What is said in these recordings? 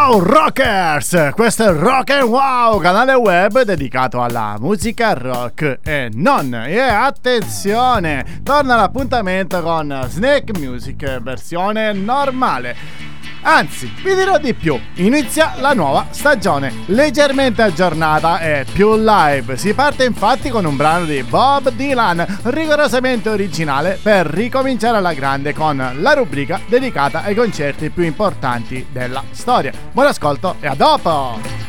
Ciao rockers! Questo è Rock and Wow, canale web dedicato alla musica rock e non. E attenzione, torna l'appuntamento con Snake Music versione normale. Anzi, vi dirò di più, inizia la nuova stagione, leggermente aggiornata e più live. Si parte infatti con un brano di Bob Dylan, rigorosamente originale, per ricominciare alla grande con la rubrica dedicata ai concerti più importanti della storia. Buon ascolto e a dopo!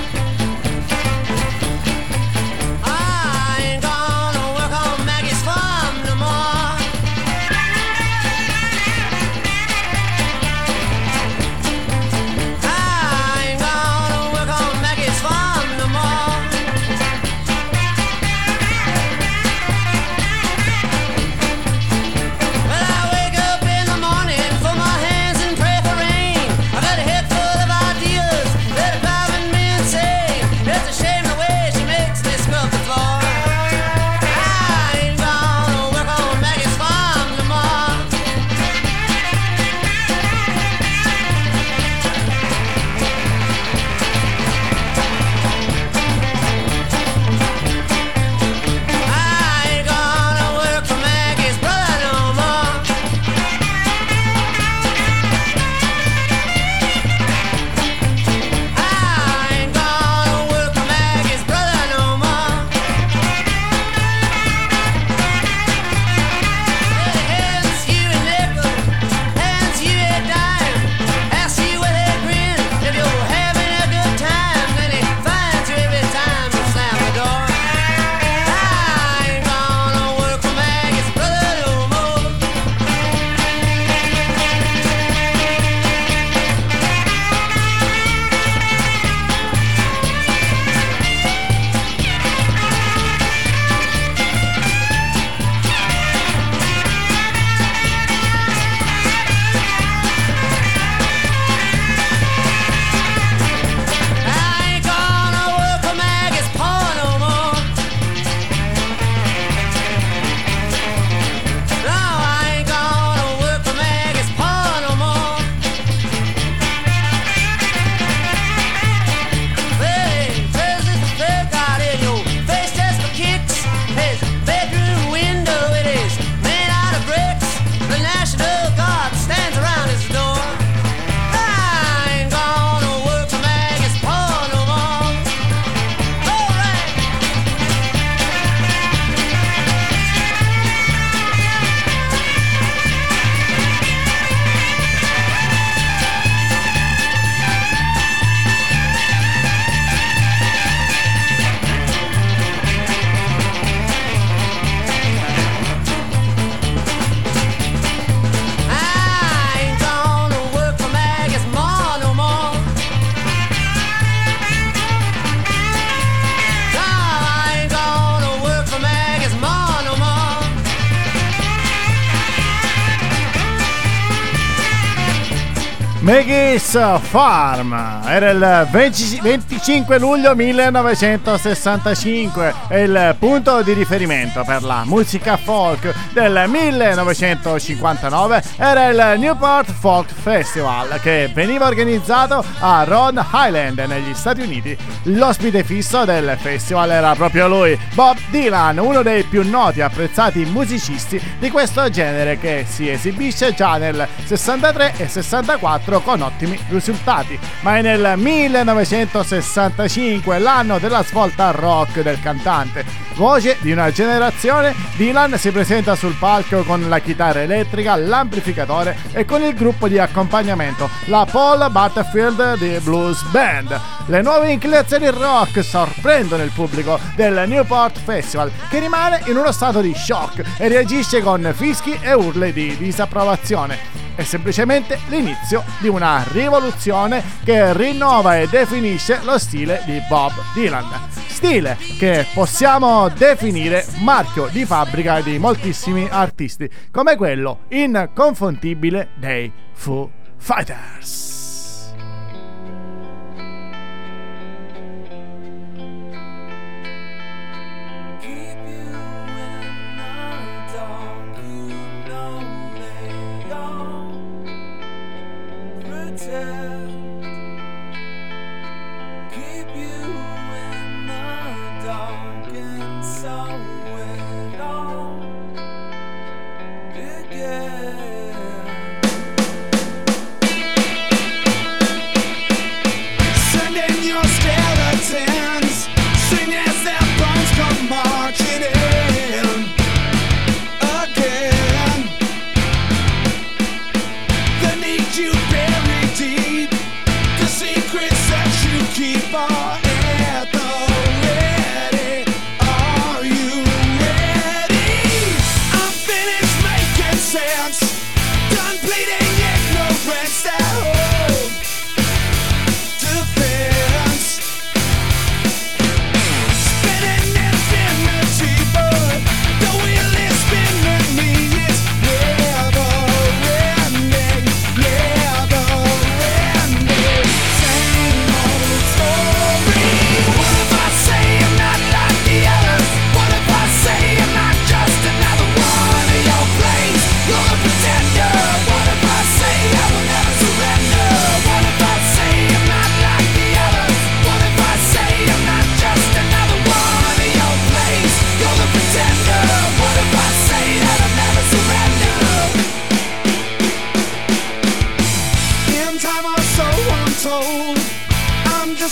Maggie's Farm era il 25 luglio 1965 e il punto di riferimento per la musica folk del 1959 era il Newport Folk Festival, che veniva organizzato a Rhode Island negli Stati Uniti. L'ospite fisso del festival era proprio lui, Bob Dylan, uno dei più noti e apprezzati musicisti di questo genere, che si esibisce già nel 63 e 64 con ottimi risultati. Ma è nel 1965, l'anno della svolta rock del cantante. Voce di una generazione, Dylan si presenta sul palco con la chitarra elettrica, l'amplificatore e con il gruppo di accompagnamento, la Paul Butterfield di Blues Band. Le nuove inclinazioni rock sorprendono il pubblico del Newport Festival, che rimane in uno stato di shock e reagisce con fischi e urli di disapprovazione. È semplicemente l'inizio di una rivoluzione che rinnova e definisce lo stile di Bob Dylan. Stile che possiamo definire marchio di fabbrica di moltissimi artisti, come quello inconfondibile dei Foo Fighters.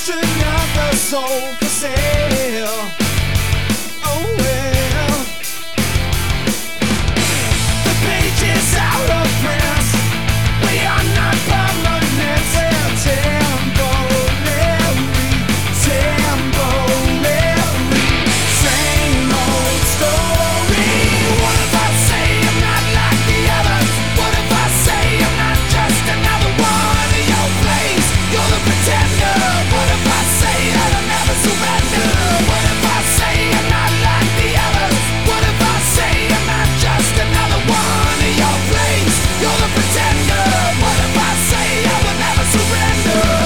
just another soul for sale. Oh well, the page is out of print. We are not permanent. Temporary, same old story. What if I say I'm not like the others? What if I say I'm not just another one in your place? You're the pretender. What if I say that I'll never surrender? What if I say I'm not like the others? What if I say I'm not just another one in your place? You're the pretender. What if I say I will never surrender?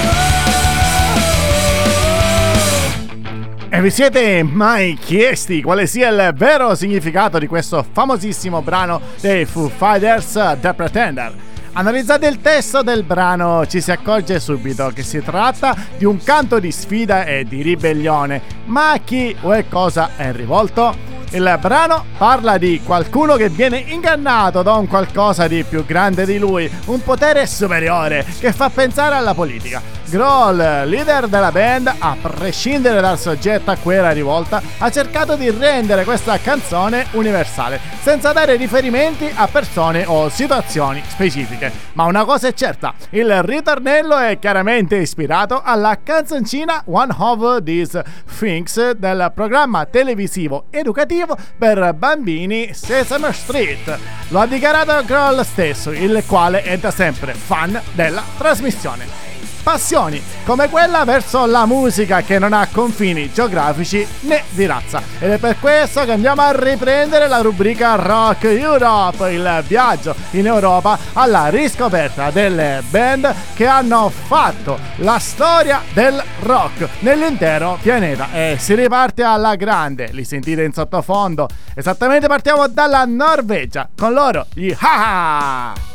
E vi siete mai chiesti quale sia il vero significato di questo famosissimo brano dei Foo Fighters, The Pretender? Analizzate il testo del brano, ci si accorge subito che si tratta di un canto di sfida e di ribellione. Ma a chi o a cosa è rivolto? Il brano parla di qualcuno che viene ingannato da un qualcosa di più grande di lui, un potere superiore che fa pensare alla politica. Grohl, leader della band, a prescindere dal soggetto a cui era rivolta, ha cercato di rendere questa canzone universale, senza dare riferimenti a persone o situazioni specifiche. Ma una cosa è certa, il ritornello è chiaramente ispirato alla canzoncina One of These Things del programma televisivo educativo per bambini Sesame Street. Lo ha dichiarato Grohl stesso, il quale è da sempre fan della trasmissione. Passioni come quella verso la musica che non ha confini geografici né di razza, ed è per questo che andiamo a riprendere la rubrica Rock Europe, il viaggio in Europa alla riscoperta delle band che hanno fatto la storia del rock nell'intero pianeta. E si riparte alla grande, li sentite in sottofondo, esattamente partiamo dalla Norvegia con loro gli Ha-Ha!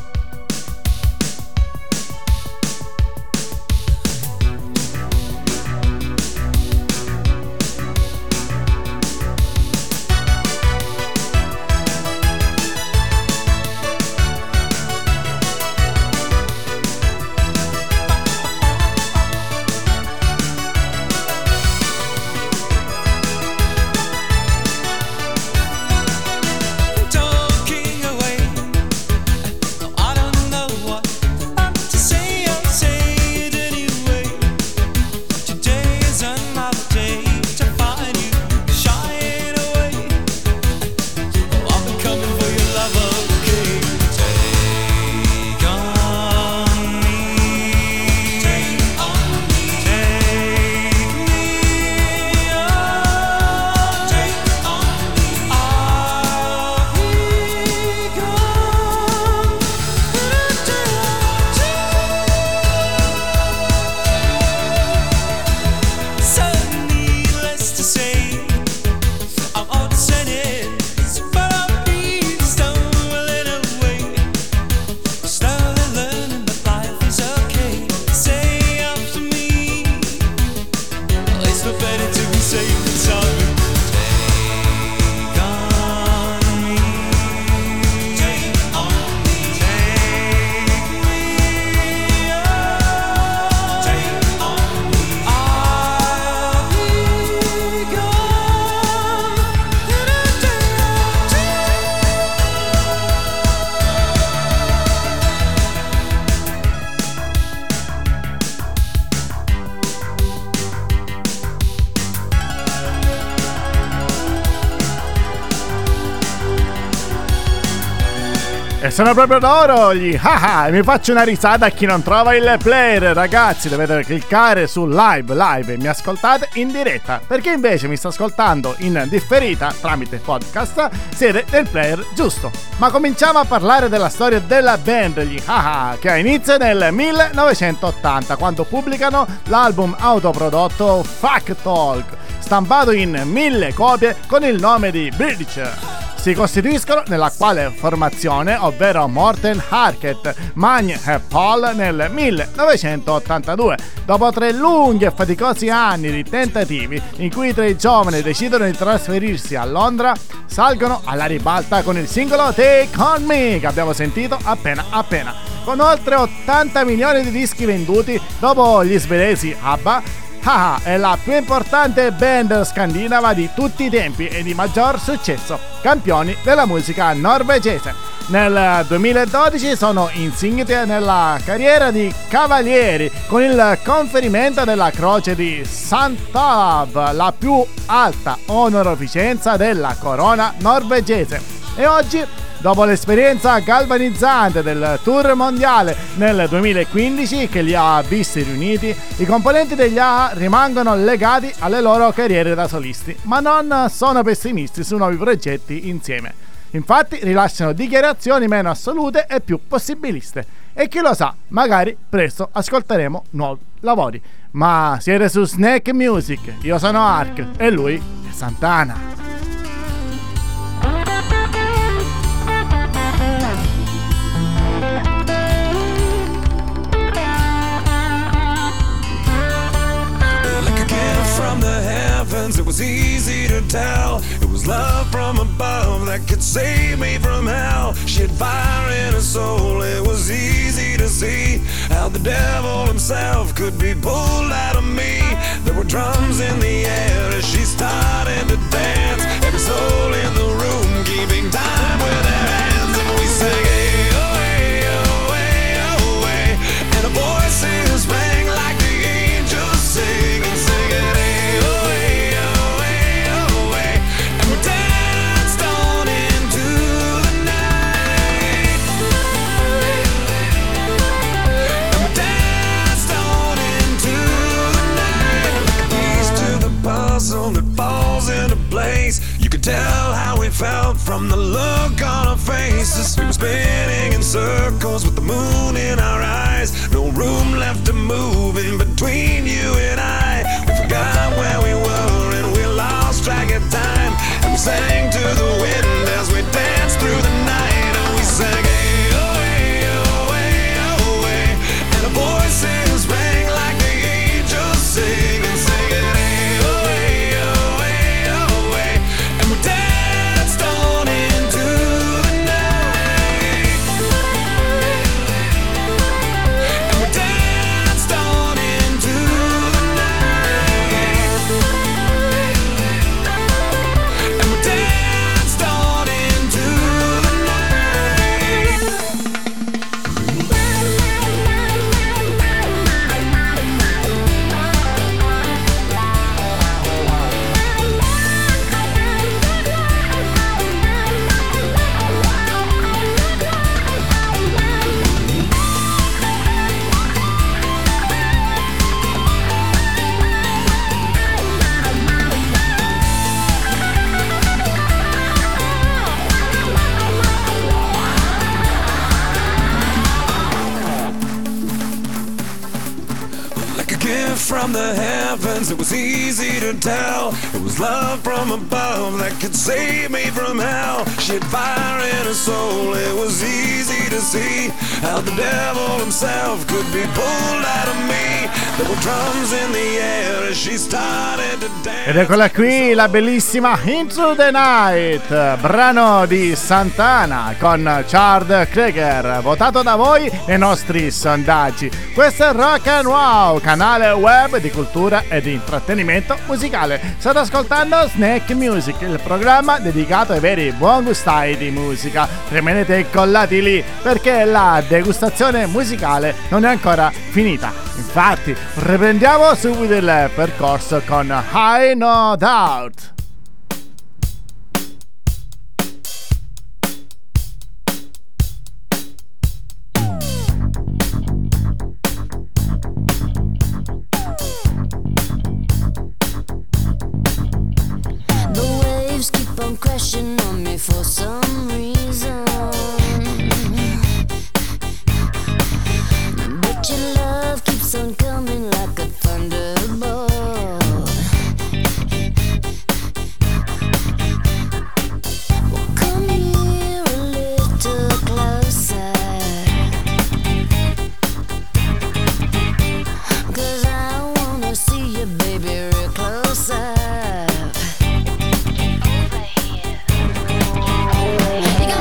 E sono proprio loro gli haha, e mi faccio una risata a chi non trova il player. Ragazzi, dovete cliccare su live e mi ascoltate in diretta, perché invece mi sta ascoltando in differita tramite podcast, siete nel player giusto. Ma cominciamo a parlare della storia della band gli haha, che ha inizio nel 1980, quando pubblicano l'album autoprodotto Fuck Talk, stampato in 1000 copie con il nome di British. Si costituiscono nella quale formazione, ovvero Morten Harket, Magne e Paul nel 1982. Dopo 3 lunghi e faticosi anni di tentativi in cui i 3 giovani decidono di trasferirsi a Londra, salgono alla ribalta con il singolo Take On Me che abbiamo sentito appena. con oltre 80 milioni di dischi venduti dopo gli svedesi ABBA. AHA è la più importante band scandinava di tutti i tempi e di maggior successo, campioni della musica norvegese. Nel 2012 sono insigniti nella carriera di cavalieri con il conferimento della croce di Santalav, la più alta onorificenza della corona norvegese. E oggi, dopo l'esperienza galvanizzante del tour mondiale nel 2015 che li ha visti riuniti, i componenti degli AHA rimangono legati alle loro carriere da solisti, ma non sono pessimisti su nuovi progetti insieme. Infatti rilasciano dichiarazioni meno assolute e più possibiliste. E chi lo sa, magari presto ascolteremo nuovi lavori. Ma siete su Snake Music, io sono Ark e lui è Santana. It was easy to tell. It was love from above that could save me from hell. She had fire in her soul. It was easy to see how the devil himself could be pulled out of me. There were drums in the air as she started to dance. Every soul in the room keeping time with their hands. And we sang, hey, oh, hey, oh, hey, oh, hey. And our voices rang like the angels sing and sing it, hey, oh, hey. That falls into place. You could tell how we felt from the look on our faces. We were spinning in circles with the moon in our eyes. No room left to move in between you and I. We forgot where we were and we lost track of time. And we sang to the wind as we danced through the night. And we sang, hey, oh, hey, oh, hey, oh, hey. And our voices rang like the angels sing and sing it, hey, oh, hey. From the heavens, it was easy to tell. It was love from above that could save me from hell. She had fire in her soul. It was easy to see how the devil himself could be pulled out of me. There were drums in the air as she started to dance. Ed eccola qui la bellissima Into the Night, brano di Santana con Chad Kroeger, votato da voi nei nostri sondaggi. Questo è Rock and Wow, canale web di cultura e di intrattenimento musicale. State ascoltando Snake Music, il programma dedicato ai veri buon gustai di musica. Rimanete incollati lì perché la degustazione musicale non è ancora finita. Infatti, riprendiamo subito il percorso con High No Doubt. Crashing on me for some reason, but your love keeps on coming like a thunderbolt. Well, come here a little closer, 'cause I wanna see you, baby, real closer. You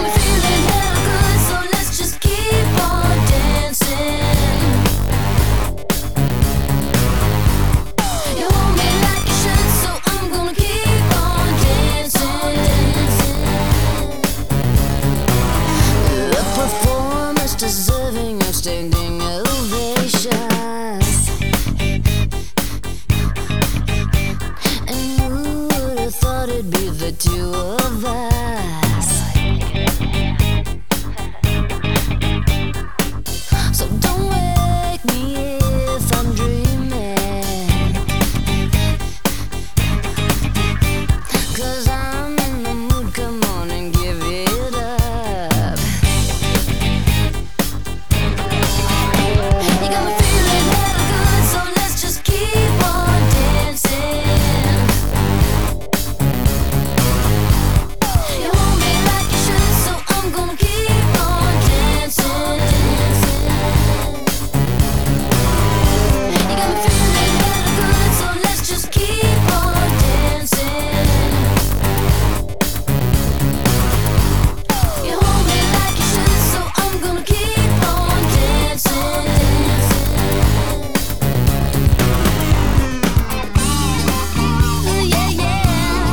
deserving of standing ovations. And who would have thought it'd be the two of us? So don't wake me if I'm dreaming, 'cause I'm in the mood, come on and give it up. You got me feeling hella good, so let's just keep on dancing. You want me like you should, so I'm gonna keep on dancing. You got me feeling hella good, so let's just keep on dancing. You hold me like you should, so I'm gonna keep on dancing. Yeah, yeah.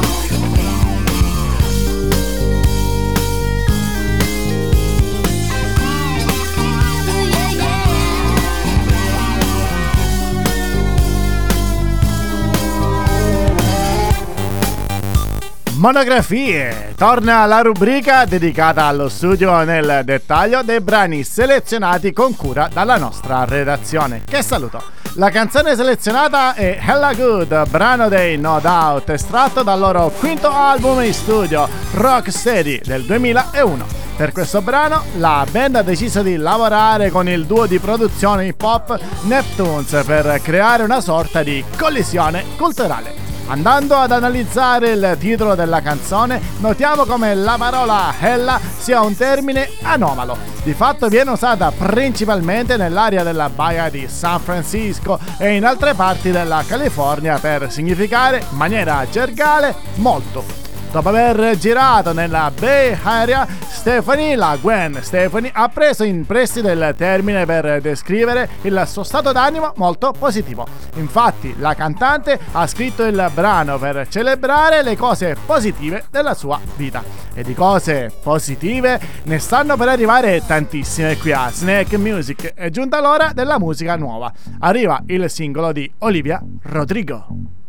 Monografie. Torna la rubrica dedicata allo studio nel dettaglio dei brani selezionati con cura dalla nostra redazione, che saluto. La canzone selezionata è Hella Good, brano dei No Doubt, estratto dal loro quinto album in studio, Rocksteady, del 2001. Per questo brano la band ha deciso di lavorare con il duo di produzione hip hop Neptunes per creare una sorta di collisione culturale. Andando ad analizzare il titolo della canzone, notiamo come la parola hella sia un termine anomalo. Di fatto viene usata principalmente nell'area della baia di San Francisco e in altre parti della California per significare in maniera gergale molto. Dopo aver girato nella Bay Area, la Gwen Stefani, ha preso in prestito il termine per descrivere il suo stato d'animo molto positivo. Infatti, la cantante ha scritto il brano per celebrare le cose positive della sua vita. E di cose positive ne stanno per arrivare tantissime qui a Snake Music. È giunta l'ora della musica nuova. Arriva il singolo di Olivia Rodrigo.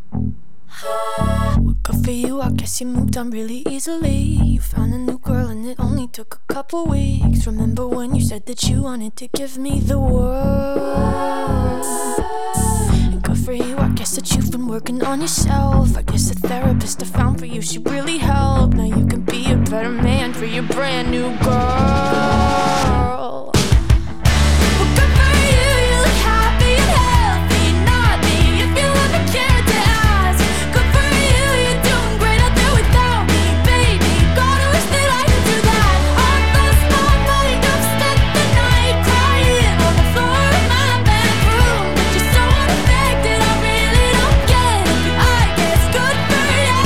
Well, good for you, I guess you moved on really easily. You found a new girl and it only took a couple weeks. Remember when you said that you wanted to give me the world? And good for you, I guess that you've been working on yourself. I guess the therapist I found for you, she really helped. Now you can be a better man for your brand new girl. Well, good for you, you look happy and healthy. Not me, if you ever cared to ask. Good for you, you're doing great out there without me, baby. God, I wish that I could do that. I lost my mind, I've spent the night crying on the floor of my bedroom. But you're so unaffected, I really don't get it. I guess good for you.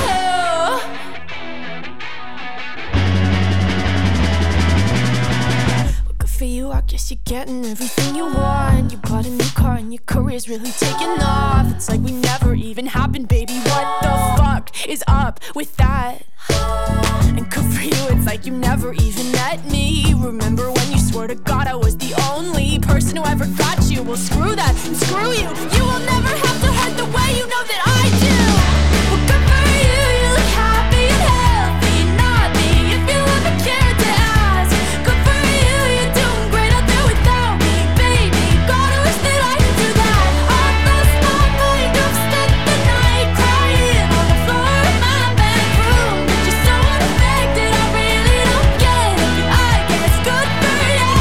Well, good for you, I guess you're getting everything you want. You bought a new car and your career's really taking off. It's like we never even happened, baby. What the fuck is up with that? And good for you, it's like you never even met me. Remember when you swore to God I was the only person who ever got you? Well, screw that and screw you. You will never have to hurt the way you know that I do. Well, good for you, you look happy and healthy. Not me, if you ever cared to ask. Good for you, you're doing great out there without me, baby. God, I wish that I could do that. I lost my mind, I've spent the night crying on the floor of my bedroom. But you're so unaffected, I really don't get it. I guess good for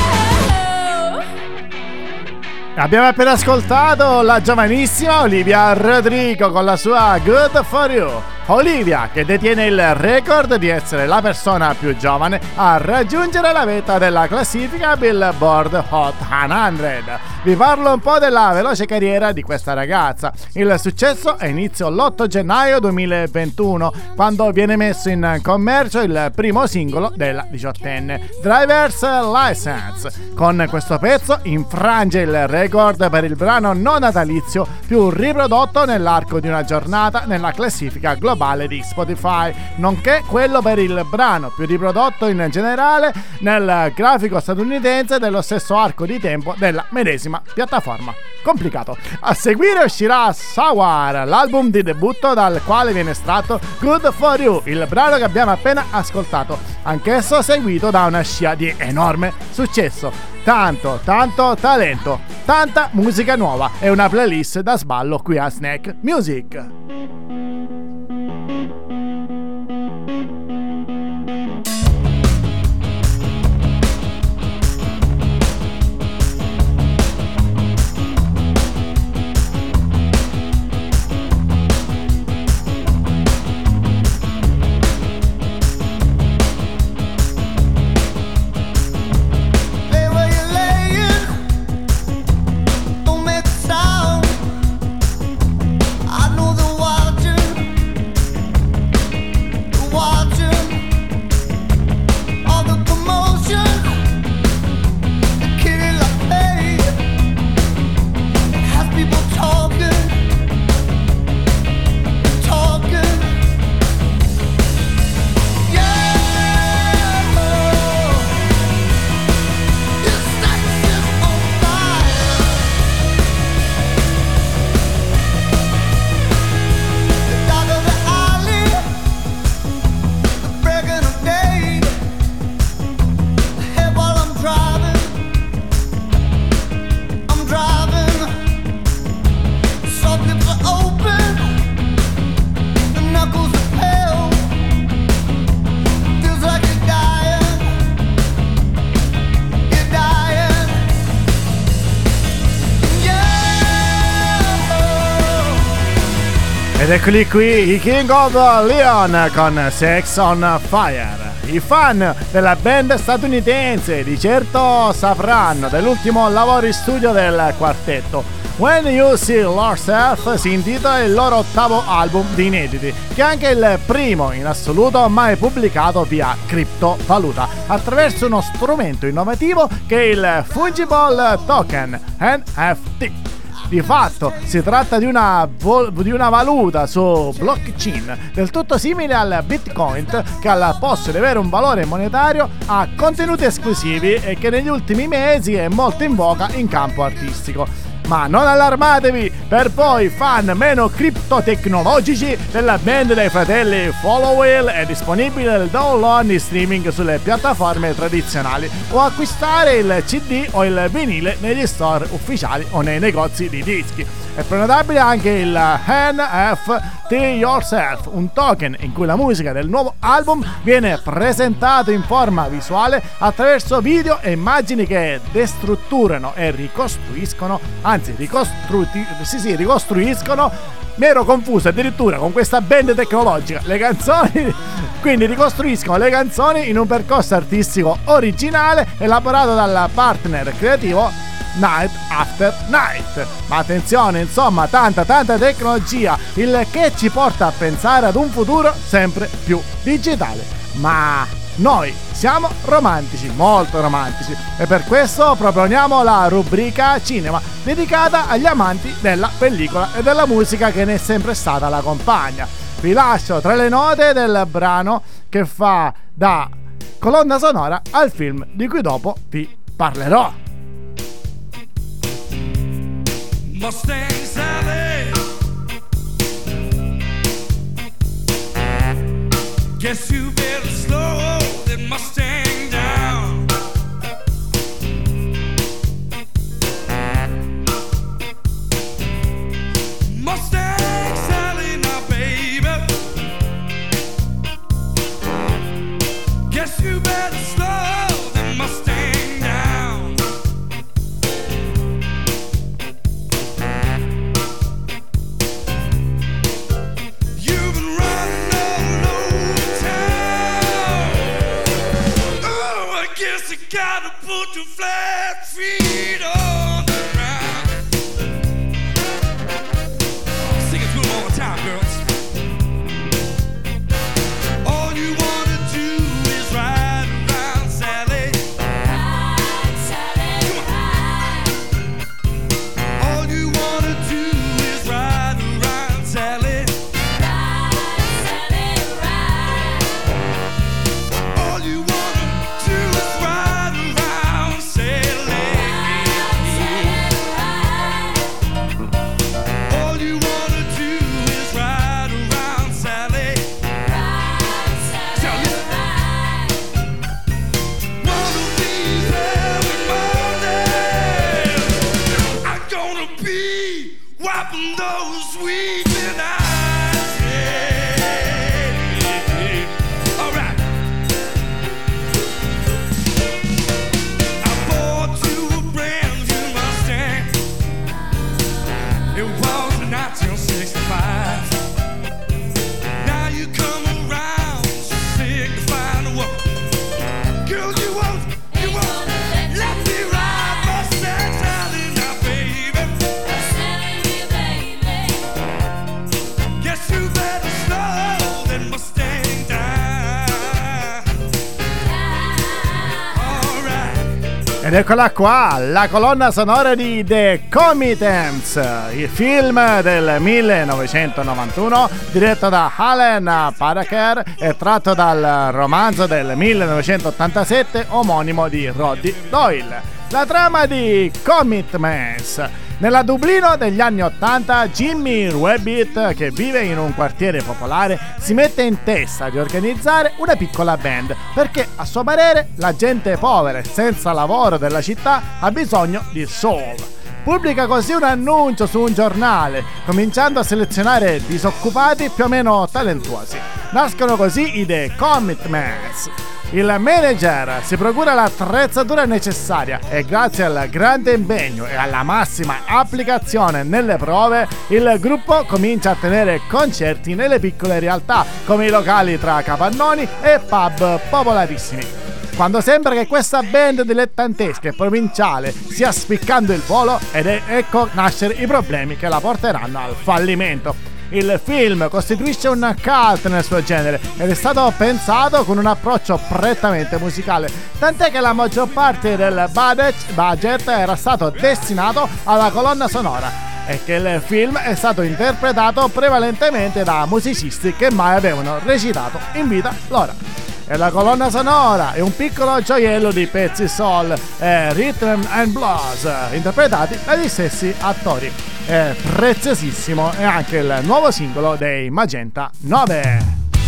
you. Abbiamo appena ascoltato la giovanissima Olivia Rodrigo con la sua Good For You. Olivia, che detiene il record di essere la persona più giovane a raggiungere la vetta della classifica Billboard Hot 100. Vi parlo un po' della veloce carriera di questa ragazza. Il successo è inizio l'8 gennaio 2021, quando viene messo in commercio il primo singolo della diciottenne, Driver's License. Con questo pezzo infrange il record record per il brano non natalizio più riprodotto nell'arco di una giornata nella classifica globale di Spotify, nonché quello per il brano più riprodotto in generale nel grafico statunitense dello stesso arco di tempo della medesima piattaforma. Complicato. A seguire uscirà Sour, l'album di debutto dal quale viene estratto Good For You, il brano che abbiamo appena ascoltato, anch'esso seguito da una scia di enorme successo. Tanto talento, tanta musica nuova e una playlist da sballo qui a Snack Music. Ed eccoli qui, i King of Leon con Sex on Fire. I fan della band statunitense di certo sapranno dell'ultimo lavoro in studio del quartetto. When You See Yourself si intitola il loro ottavo album di inediti, che è anche il primo in assoluto mai pubblicato via criptovaluta, attraverso uno strumento innovativo che è il Fungible Token, NFT. Di fatto si tratta di una valuta su blockchain del tutto simile al Bitcoin, che al posto di avere un valore monetario ha contenuti esclusivi e che negli ultimi mesi è molto in voga in campo artistico. Ma non allarmatevi, per voi fan meno criptotecnologici della band dei fratelli Followill è disponibile il download in streaming sulle piattaforme tradizionali o acquistare il CD o il vinile negli store ufficiali o nei negozi di dischi. È prenotabile anche il NFT Yourself, un token in cui la musica del nuovo album viene presentata in forma visuale attraverso video e immagini che destrutturano e ricostruiscono, ricostruiscono. Mi ero confuso addirittura con questa band tecnologica. Le canzoni, quindi ricostruiscono le canzoni in un percorso artistico originale elaborato dal partner creativo Night After Night. Ma attenzione, insomma, tanta tecnologia, il che ci porta a pensare ad un futuro sempre più digitale. Ma noi siamo romantici, molto romantici, e per questo proponiamo la rubrica cinema dedicata agli amanti della pellicola e della musica che ne è sempre stata la compagna. Vi lascio tra le note del brano che fa da colonna sonora al film di cui dopo vi parlerò. Mustang Sally, guess you better slow that Mustang down. Mustang Sally, now baby, guess you better slow that Mustang down. You've been running all over town. Oh, I guess I gotta put your flat feet on the ground. Sing it to them all the time, girls. All you wanna do is ride around, Sally. Ride, Sally, ride. Ed eccola qua, la colonna sonora di The Commitments, il film del 1991 diretto da Alan Paraker e tratto dal romanzo del 1987 omonimo di Roddy Doyle. La trama di Commitments. Nella Dublino degli anni 80, Jimmy Rabbit, che vive in un quartiere popolare, si mette in testa di organizzare una piccola band perché, a suo parere, la gente povera e senza lavoro della città ha bisogno di soul. Pubblica così un annuncio su un giornale, cominciando a selezionare disoccupati più o meno talentuosi. Nascono così i The Commitments. Il manager si procura l'attrezzatura necessaria e grazie al grande impegno e alla massima applicazione nelle prove, il gruppo comincia a tenere concerti nelle piccole realtà come i locali tra capannoni e pub popolatissimi. Quando sembra che questa band dilettantesca e provinciale stia spiccando il volo, ecco nascere i problemi che la porteranno al fallimento. Il film costituisce un cult nel suo genere ed è stato pensato con un approccio prettamente musicale, tant'è che la maggior parte del budget era stato destinato alla colonna sonora e che il film è stato interpretato prevalentemente da musicisti che mai avevano recitato in vita loro. E la colonna sonora è un piccolo gioiello di pezzi soul e rhythm and blues interpretati dagli stessi attori. È preziosissimo e anche il nuovo singolo dei Magenta 9.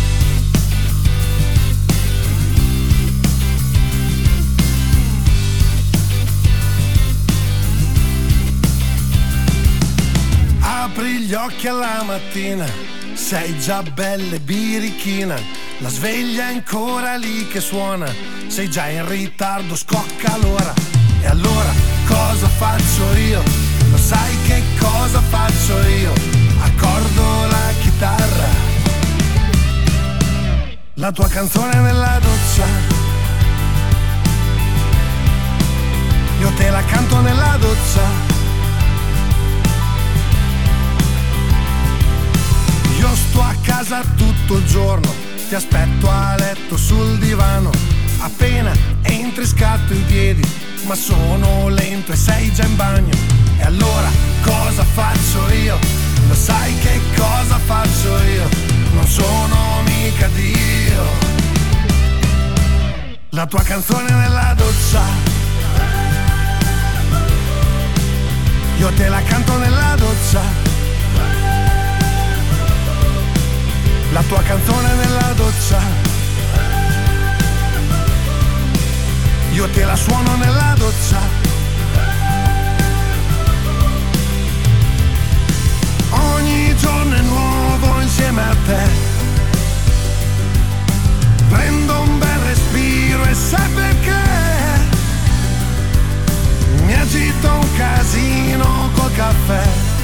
Apri gli occhi alla mattina, sei già bella e birichina. La sveglia è ancora lì che suona, sei già in ritardo, scocca l'ora. E allora cosa faccio io? Lo sai che cosa faccio io? Accordo la chitarra, la tua canzone nella doccia, io te la canto nella doccia. Io sto a casa tutto il giorno, ti aspetto a letto sul divano, appena entri scatto in piedi, ma sono lento e sei già in bagno. E allora cosa faccio io? Lo sai che cosa faccio io? Non sono mica Dio. La tua canzone nella doccia, io te la canto nella doccia. La tua canzone nella doccia, io te la suono nella doccia. Ogni giorno è nuovo insieme a te, prendo un bel respiro e sai perché? Mi agito un casino col caffè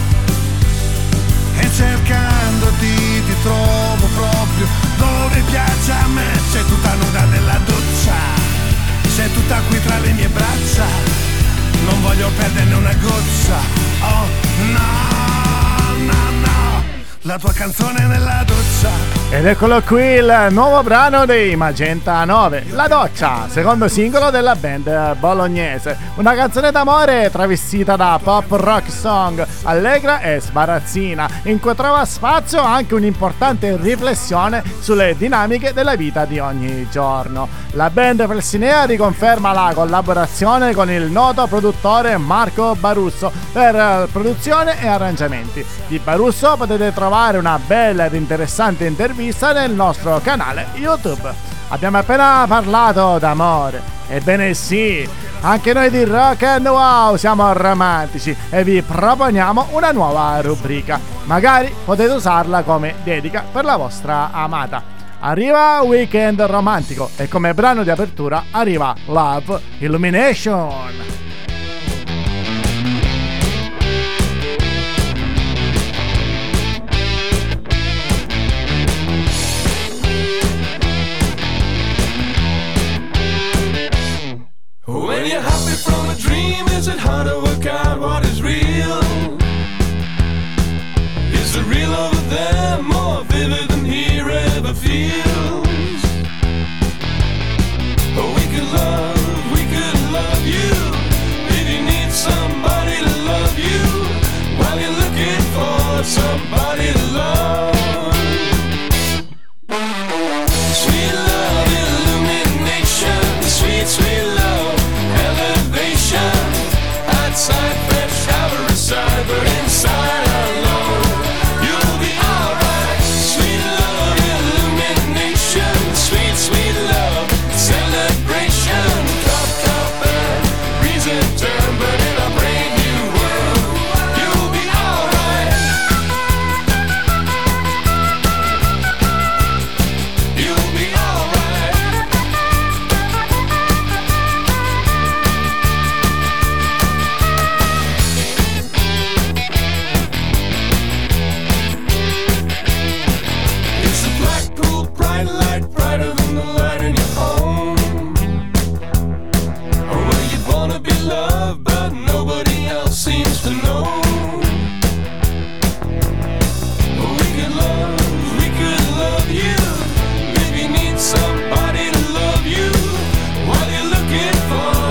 e cercandoti ti trovo proprio dove piace a me. Sei tutta nuda nella doccia, sei tutta qui tra le mie braccia, non voglio perderne una goccia. Oh no, no, no, la tua canzone nella doccia. Ed eccolo qui il nuovo brano dei Magenta 9, La Doccia, secondo singolo della band bolognese. Una canzone d'amore travestita da pop rock song, allegra e sbarazzina, in cui trova spazio anche un'importante riflessione sulle dinamiche della vita di ogni giorno. La band felsinea riconferma la collaborazione con il noto produttore Marco Barusso per produzione e arrangiamenti. Di Barusso potete trovare una bella ed interessante intervista nel nostro canale YouTube. Abbiamo appena parlato d'amore, ebbene sì, anche noi di Rock and Wow siamo romantici e vi proponiamo una nuova rubrica. Magari potete usarla come dedica per la vostra amata. Arriva Weekend Romantico e come brano di apertura arriva Love Illumination. When you're happy from a dream, is it hard to work out what is real? Is the real over there more vivid than here ever feels? Oh, we could love you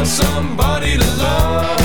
find somebody to love.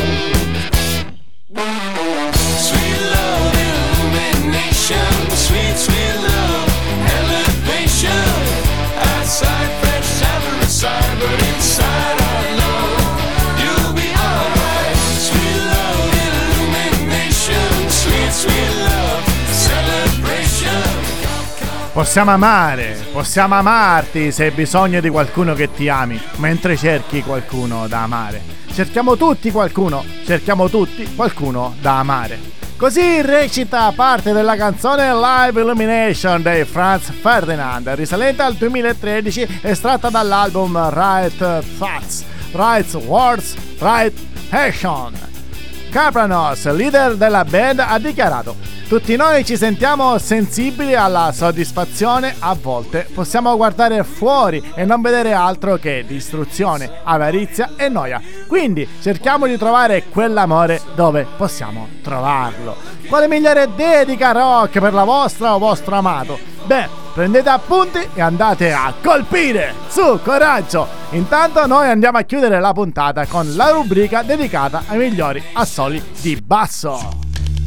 Sweet love, illumination, sweet, sweet love, elevation. Outside fresh summer inside, but inside our love, you'll be alright. Sweet love, illumination, sweet, sweet love, celebration. Possiamo amarti se hai bisogno di qualcuno che ti ami, mentre cerchi qualcuno da amare. Cerchiamo tutti qualcuno da amare. Così recita parte della canzone Live Illumination dei Franz Ferdinand, risalente al 2013, estratta dall'album Right Thoughts, Right Words, Right Action. Kapranos, leader della band, ha dichiarato: tutti noi ci sentiamo sensibili alla soddisfazione, a volte possiamo guardare fuori e non vedere altro che distruzione, avarizia e noia. Quindi cerchiamo di trovare quell'amore dove possiamo trovarlo. Quale migliore dedica rock per la vostra o vostro amato? Beh, prendete appunti e andate a colpire! Su, coraggio! Intanto noi andiamo a chiudere la puntata con la rubrica dedicata ai migliori assoli di basso.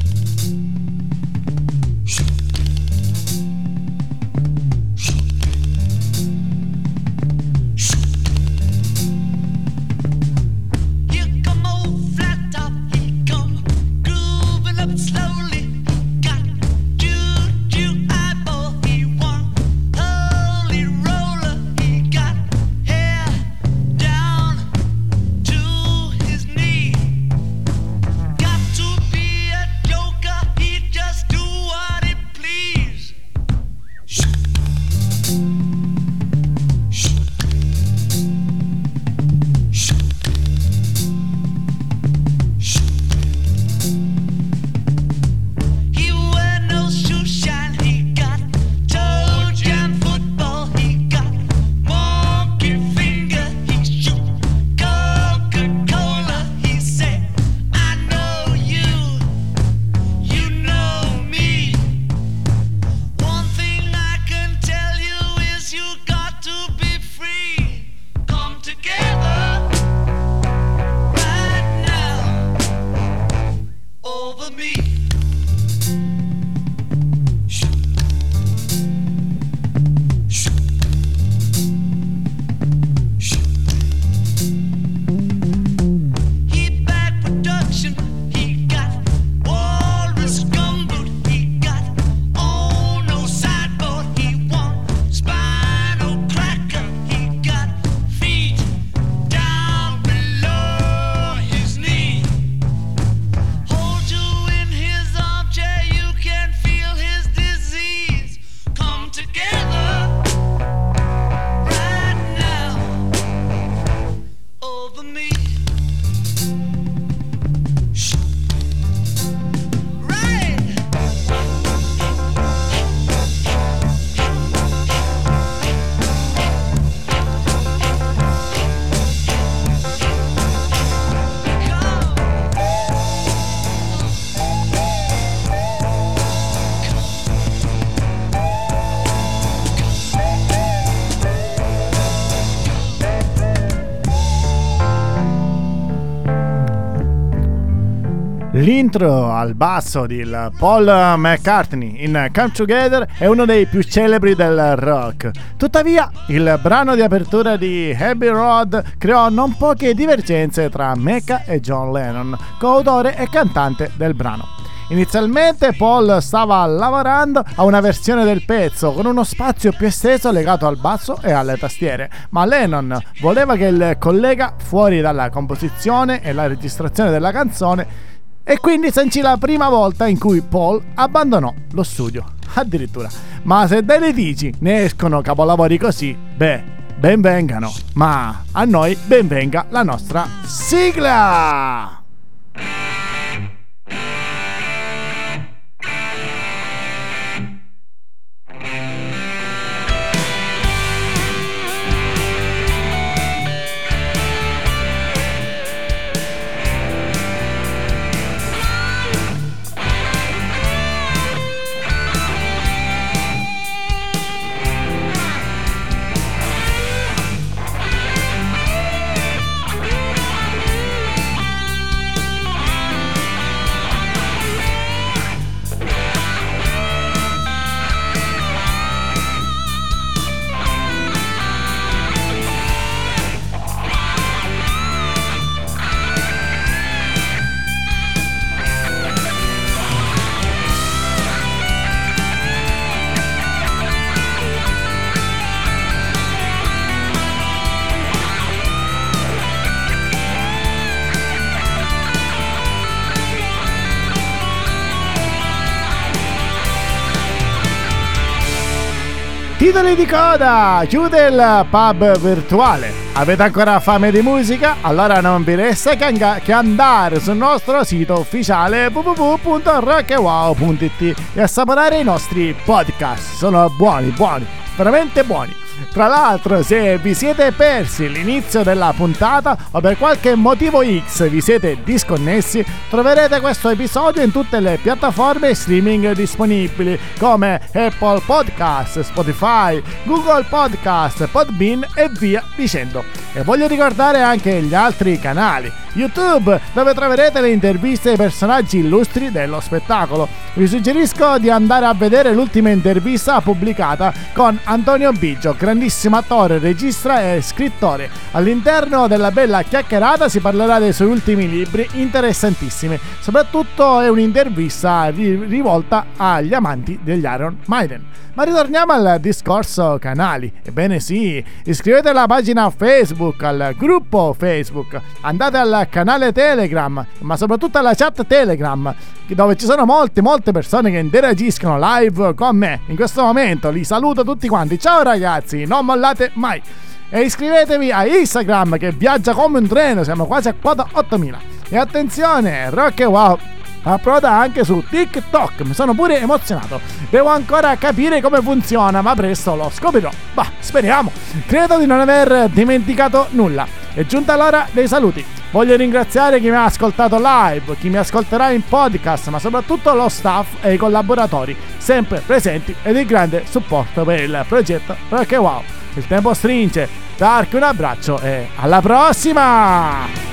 L'intro al basso di Paul McCartney in Come Together è uno dei più celebri del rock. Tuttavia, il brano di apertura di Abbey Road creò non poche divergenze tra Mecca e John Lennon, coautore e cantante del brano. Inizialmente Paul stava lavorando a una versione del pezzo con uno spazio più esteso legato al basso e alle tastiere, ma Lennon voleva che il collega fuori dalla composizione e la registrazione della canzone, e quindi sancì la prima volta in cui Paul abbandonò lo studio. Addirittura. Ma se dai litigi ne escono capolavori così, beh, ben vengano. Ma a noi ben venga la nostra sigla! Titoli di coda! Chiude il pub virtuale. Avete ancora fame di musica? Allora non vi resta che andare sul nostro sito ufficiale www.rockwow.it e assaporare i nostri podcast. Sono buoni, veramente buoni. Tra l'altro, se vi siete persi l'inizio della puntata o per qualche motivo X vi siete disconnessi, troverete questo episodio in tutte le piattaforme streaming disponibili come Apple Podcast, Spotify, Google Podcast, Podbean e via dicendo. E voglio ricordare anche gli altri canali YouTube, dove troverete le interviste ai personaggi illustri dello spettacolo. Vi suggerisco di andare a vedere l'ultima intervista pubblicata con Antonio Biggio, grandissimo attore, regista e scrittore. All'interno della bella chiacchierata si parlerà dei suoi ultimi libri interessantissimi. Soprattutto è un'intervista rivolta agli amanti degli Iron Maiden. Ma ritorniamo al discorso canali. Ebbene sì, iscrivete alla pagina Facebook, al gruppo Facebook, andate al canale Telegram, ma soprattutto alla chat Telegram, dove ci sono molte persone che interagiscono live con me. In questo momento li saluto tutti quanti. Ciao ragazzi, non mollate mai. E iscrivetevi a Instagram che viaggia come un treno, siamo quasi a quota 8000. E attenzione, Rock Wow approda anche su TikTok, mi sono pure emozionato. Devo ancora capire come funziona, ma presto lo scoprirò. Bah, speriamo. Credo di non aver dimenticato nulla. È giunta l'ora dei saluti. Voglio ringraziare chi mi ha ascoltato live, chi mi ascolterà in podcast, ma soprattutto lo staff e i collaboratori sempre presenti ed il grande supporto per il progetto Rock Wow. Il tempo stringe, darti un abbraccio e alla prossima!